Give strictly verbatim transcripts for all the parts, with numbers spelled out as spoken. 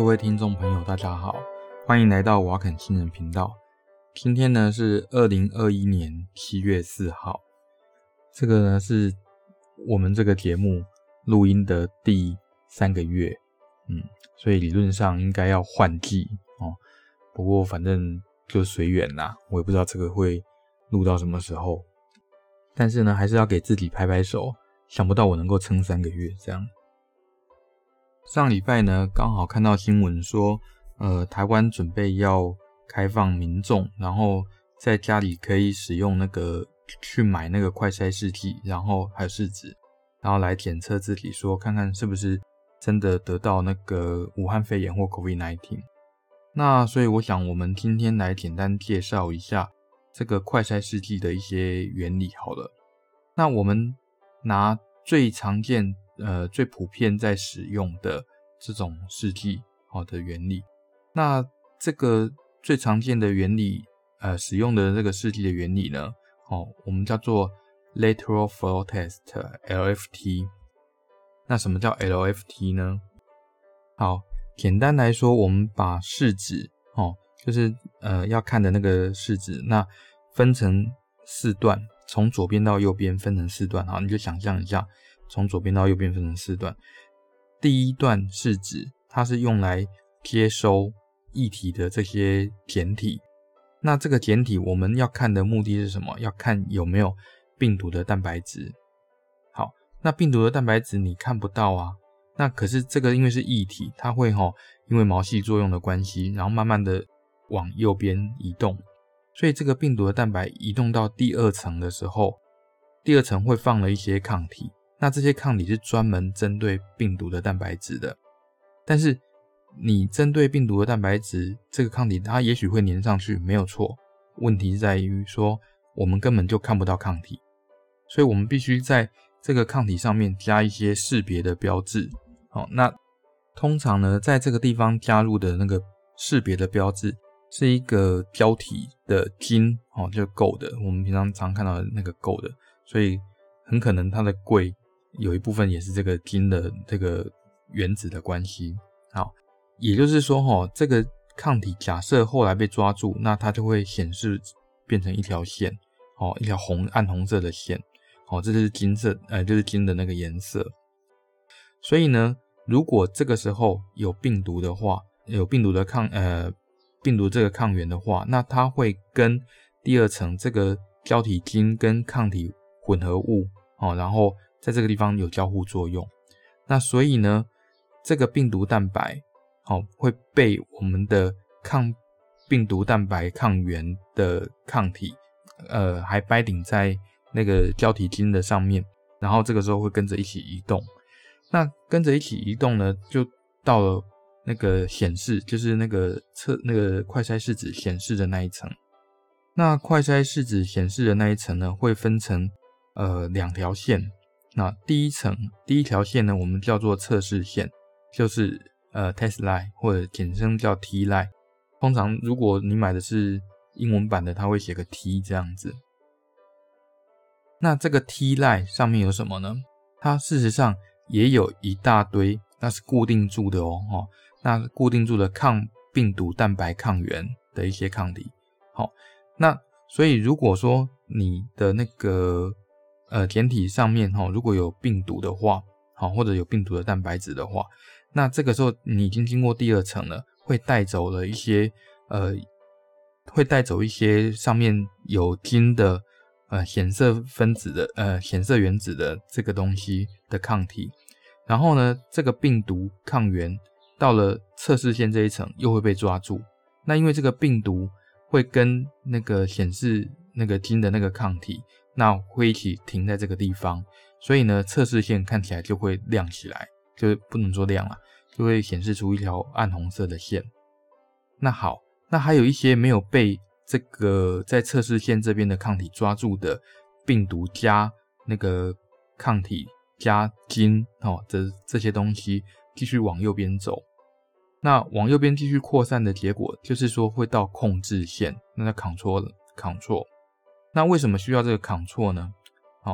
各位听众朋友大家好，欢迎来到瓦肯新人频道。今天呢是二零二一年七月四号，这个呢是我们这个节目录音的第三个月，嗯，所以理论上应该要换季哦。不过反正就随缘啦，我也不知道这个会录到什么时候，但是呢还是要给自己拍拍手，想不到我能够撑三个月这样。上礼拜呢，刚好看到新闻说，呃，台湾准备要开放民众，然后在家里可以使用那个去买那个快筛试剂，然后还有试纸，然后来检测自己，说看看是不是真的得到那个武汉肺炎或 COVID 十九。那所以我想，我们今天来简单介绍一下这个快筛试剂的一些原理好了。那我们拿最常见。呃，最普遍在使用的这种试剂好的原理，那这个最常见的原理，呃，使用的这个试剂的原理呢，哦，我们叫做 lateral flow test L F T。那什么叫 L F T 呢？好，简单来说，我们把试纸，哦，就是呃要看的那个试纸，那分成四段，从左边到右边分成四段，好，你就想象一下。从左边到右边分成四段，第一段试纸它是用来接收液体的这些简体，那这个简体我们要看的目的是什么？要看有没有病毒的蛋白质。好，那病毒的蛋白质你看不到啊，那可是这个因为是液体，它会齁因为毛细作用的关系，然后慢慢的往右边移动，所以这个病毒的蛋白移动到第二层的时候，第二层会放了一些抗体。那这些抗体是专门针对病毒的蛋白质的，但是你针对病毒的蛋白质这个抗体它也许会粘上去，没有错，问题在于说我们根本就看不到抗体，所以我们必须在这个抗体上面加一些识别的标志。好，那通常呢在这个地方加入的那个识别的标志是一个胶体的晶，哦，就 gold， 我们平常常看到的那个 gold， 所以很可能它的贵有一部分也是这个晶的这个原子的关系。好，也就是说齁，这个抗体假设后来被抓住，那它就会显示变成一条线，哦，一条红暗红色的线，哦，这就是金色，呃，就是金的那个颜色。所以呢，如果这个时候有病毒的话，有病毒的抗呃病毒这个抗原的话，那它会跟第二层这个胶体晶跟抗体混合物，哦，然后在这个地方有交互作用，那所以呢，这个病毒蛋白，哦，会被我们的抗病毒蛋白抗原的抗体，呃，还binding在那个胶体晶的上面，然后这个时候会跟着一起移动。那跟着一起移动呢，就到了那个显示，就是那个测那个快筛试纸显示的那一层。那快筛试纸显示的那一层呢，会分成呃两条线。那第一层第一条线呢，我们叫做测试线，就是呃 test line 或者简称叫 T line。通常如果你买的是英文版的，它会写个 T 这样子。那这个 T line 上面有什么呢？它事实上也有一大堆，那是固定住的哦，哦那固定住的抗病毒蛋白抗原的一些抗体。好，那所以如果说你的那个呃，简体上面齁，如果有病毒的话，好，或者有病毒的蛋白质的话，那这个时候你已经经过第二层了，会带走了一些呃，会带走一些上面有晶的呃显色分子的呃显色原子的这个东西的抗体，然后呢，这个病毒抗原到了测试线这一层又会被抓住，那因为这个病毒会跟那个显示那个晶的那个抗体。那会一起停在这个地方，所以呢，测试线看起来就会亮起来，就是不能说亮啦，就会显示出一条暗红色的线。那好，那还有一些没有被这个在测试线这边的抗体抓住的病毒加那个抗体加晶哦，这这些东西继续往右边走。那往右边继续扩散的结果，就是说会到控制线，那 control control。那为什么需要这个 control 呢？哦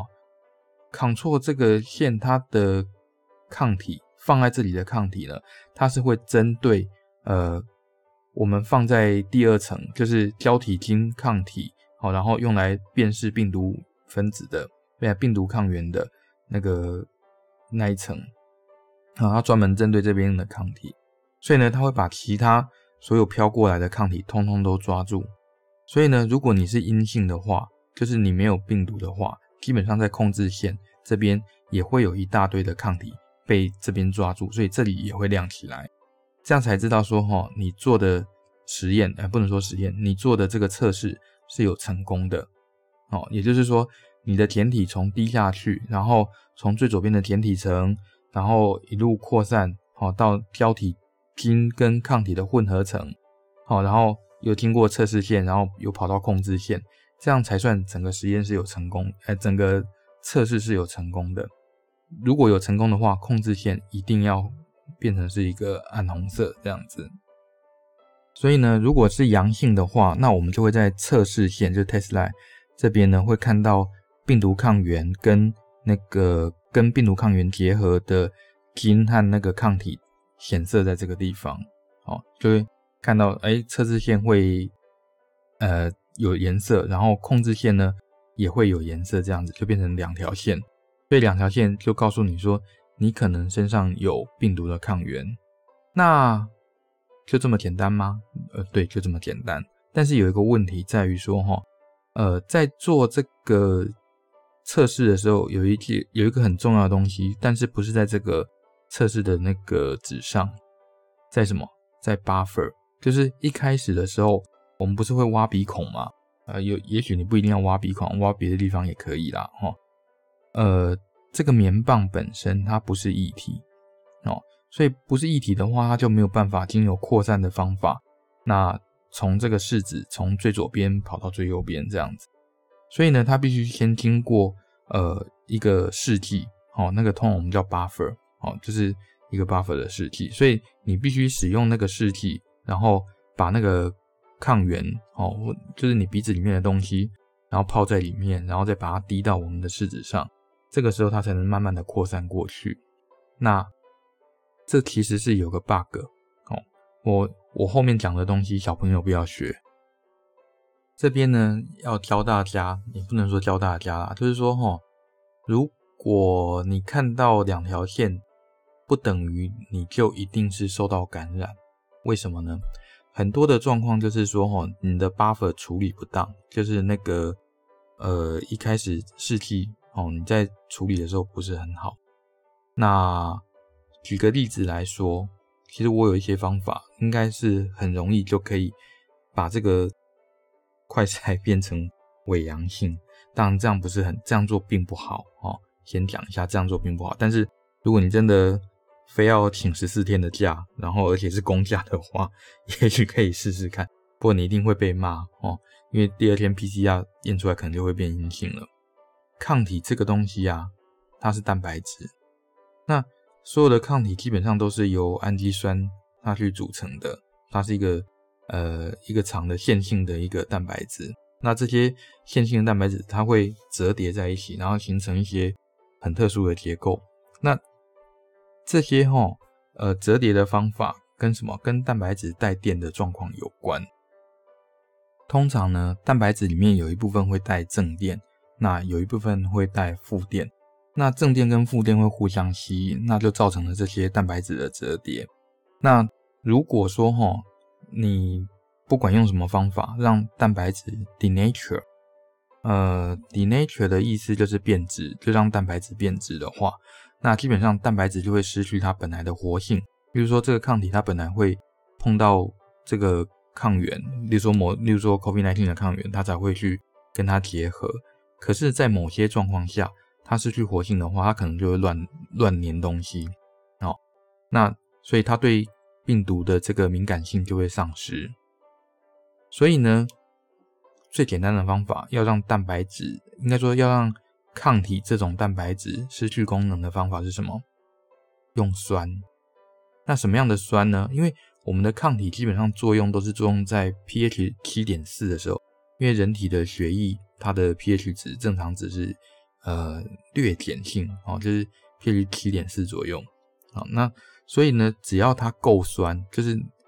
control 这个线它的抗体放在这里的抗体呢，它是会针对呃，我们放在第二层，就是胶体金抗体，好，然后用来辨识病毒分子的，病毒抗原的那个那一层，啊，它专门针对这边的抗体，所以呢，它会把其他所有飘过来的抗体通通都抓住。所以呢，如果你是阴性的话，就是你没有病毒的话，基本上在控制线这边也会有一大堆的抗体被这边抓住，所以这里也会亮起来。这样才知道说齁，你做的实验，呃，不能说实验，你做的这个测试是有成功的。哦，也就是说，你的检体从滴下去，然后从最左边的检体层，然后一路扩散，哦，到胶体金跟抗体的混合层，哦，然后又经过测试线，然后又跑到控制线，这样才算整个实验是有成功，呃，整个测试是有成功的。如果有成功的话，控制线一定要变成是一个暗红色这样子。所以呢，如果是阳性的话，那我们就会在测试线，就是 test line 这边呢，会看到病毒抗原跟那个跟病毒抗原结合的基因和那个抗体显色在这个地方，哦，就会看到，哎，测试线会呃有颜色，然后控制线呢也会有颜色，这样子就变成两条线。所以两条线就告诉你说，你可能身上有病毒的抗原。那就这么简单吗？呃，对，就这么简单。但是有一个问题在于说，齁，呃，在做这个测试的时候，有一些有一个很重要的东西，但是不是在这个测试的那个纸上，在什么？在 buffer， 就是一开始的时候，我们不是会挖鼻孔吗？呃，有，也许你不一定要挖鼻孔，挖别的地方也可以啦，齁。呃，这个棉棒本身它不是液体哦，所以不是液体的话，它就没有办法经由扩散的方法，那从这个试纸从最左边跑到最右边这样子。所以呢，它必须先经过呃一个试剂，哦，那个通常我们叫 buffer， 哦，就是一个 buffer 的试剂。所以你必须使用那个试剂，然后把那个抗原，哦，就是你鼻子里面的东西，然后泡在里面，然后再把它滴到我们的试纸上。这个时候它才能慢慢的扩散过去。那这其实是有个 bug， 哦，我我后面讲的东西小朋友不要学。这边呢要教大家，也不能说教大家啦，就是说齁，如果你看到两条线，不等于你就一定是受到感染。为什么呢？很多的状况就是说齁，你的 buffer 处理不当，就是那个呃一开始试剂哦，你在处理的时候不是很好。那举个例子来说，其实我有一些方法，应该是很容易就可以把这个快筛变成伪阳性。当然这样不是很，这样做并不好哦。先讲一下，这样做并不好。但是如果你真的非要请十四天的假，然后而且是公假的话，也许可以试试看。不过你一定会被骂哦，因为第二天 P C R 验出来可能就会变阴性了。抗体这个东西啊，它是蛋白质。那所有的抗体基本上都是由氨基酸它去组成的，它是一个呃一个长的线性的一个蛋白质。那这些线性的蛋白质它会折叠在一起，然后形成一些很特殊的结构。那这些齁呃折叠的方法跟什么？跟蛋白质带电的状况有关。通常呢，蛋白质里面有一部分会带正电，那有一部分会带负电。那正电跟负电会互相吸引，那就造成了这些蛋白质的折叠。那如果说齁，你不管用什么方法让蛋白质 denature， 呃 denature 的意思就是变质，就让蛋白质变质的话，那基本上蛋白质就会失去它本来的活性。比如说这个抗体它本来会碰到这个抗原，例如说某例如说 COVID 十九 的抗原，它才会去跟它结合。可是在某些状况下，它失去活性的话，它可能就会乱乱粘东西，哦，那所以它对病毒的这个敏感性就会丧失。所以呢，最简单的方法要让蛋白质，应该说要让抗体这种蛋白质失去功能的方法是什么？用酸。那什么样的酸呢？因为我们的抗体基本上作用都是作用在 pH 七点四 的时候，因为人体的血液它的 pH 值正常值是呃略碱性，哦，就是 pH 七点四 左右。好，那所以呢，只要它够酸，就是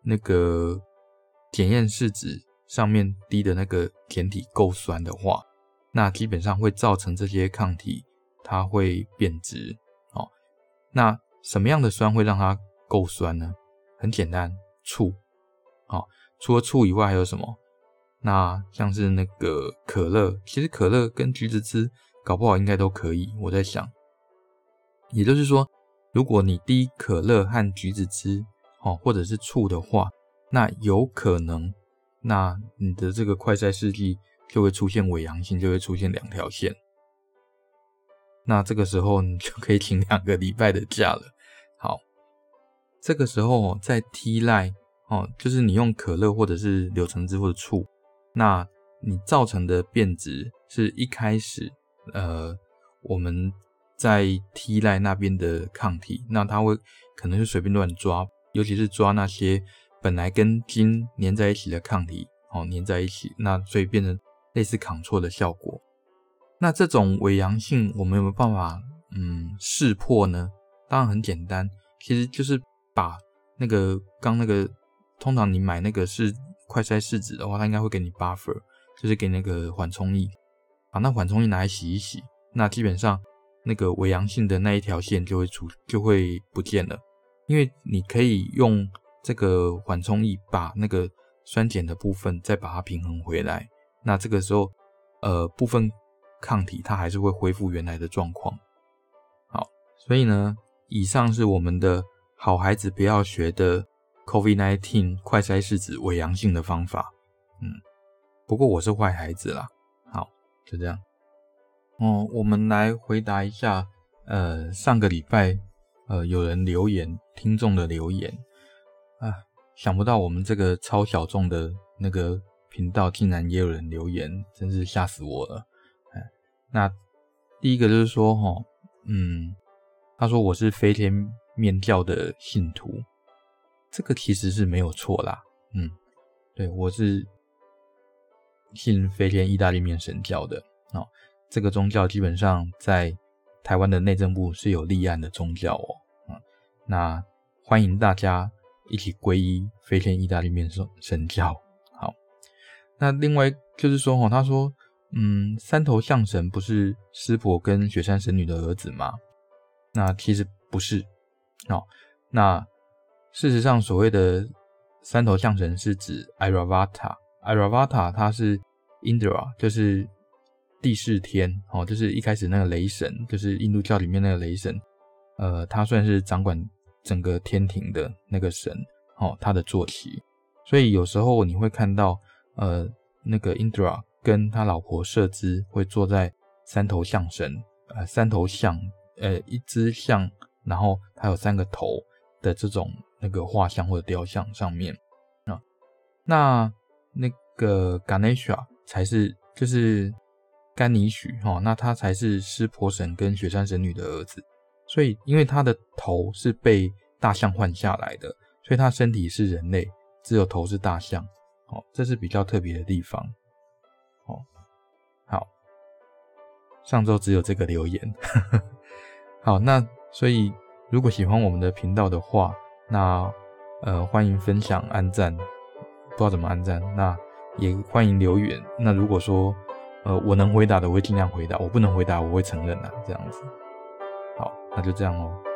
那个检验试纸上面滴的那个检体够酸的话，那基本上会造成这些抗体它会变质。哦，那什么样的酸会让它够酸呢？很简单，醋。哦，除了醋以外还有什么？那像是那个可乐，其实可乐跟橘子汁搞不好应该都可以，我在想。也就是说，如果你滴可乐和橘子汁，哦，或者是醋的话，那有可能，那你的这个快筛试剂就会出现伪阳性，就会出现两条线。那这个时候你就可以请两个礼拜的假了。好，这个时候在T赖，哦，就是你用可乐或者是柳橙汁或者醋，那你造成的变质是一开始呃我们在T赖那边的抗体，那它会可能是随便乱抓，尤其是抓那些本来跟筋粘在一起的抗体，哦，粘在一起，那所以变成类似抗错的效果。那这种伪阳性我们有没有办法嗯识破呢？当然很简单，其实就是把那个刚那个通常你买那个是快筛试纸的话，它应该会给你 buffer， 就是给那个缓冲液，把那缓冲液拿来洗一洗，那基本上那个伪阳性的那一条线就会出就会不见了，因为你可以用这个缓冲液把那个酸碱的部分再把它平衡回来，那这个时候呃部分抗体它还是会恢复原来的状况。好，所以呢，以上是我们的好孩子不要学的 COVID 十九 快筛试纸伪阳性的方法。嗯，不过我是坏孩子啦。好，就这样。哦，我们来回答一下，呃，上个礼拜，呃，有人留言，听众的留言啊，想不到我们这个超小众的那个频道竟然也有人留言，真是吓死我了。哎，那第一个就是说，齁，嗯，他说我是飞天面教的信徒，这个其实是没有错啦。嗯，对，我是信飞天意大利面神教的。哦，这个宗教基本上在台湾的内政部是有立案的宗教哦。嗯，那欢迎大家一起皈依飞天意大利面神教。好，那另外就是说，哦，他说，嗯，三头象神不是湿婆跟雪山神女的儿子吗？那其实不是。哦，那事实上所谓的三头象神是指 Airavata。Airavata 它是 Indra， 就是地势天，哦，就是一开始那个雷神，就是印度教里面那个雷神，呃，他算是掌管整个天庭的那个神，哦，他的坐骑。所以有时候你会看到，呃，那个 Indra 跟他老婆舍兹会坐在三头象神，呃，三头象，呃，一只象，然后它有三个头的这种那个画像或者雕像上面啊。那那个 Ganesha 才是就是甘尼许，哦，那他才是湿婆神跟雪山神女的儿子。所以因为他的头是被大象换下来的，所以他身体是人类，只有头是大象。哦，这是比较特别的地方。哦，好，上周只有这个留言。好，那所以如果喜欢我们的频道的话，那呃欢迎分享、按赞，不知道怎么按赞，那也欢迎留言。那如果说呃我能回答的，我会尽量回答；我不能回答，我会承认啊，这样子。好，那就这样咯。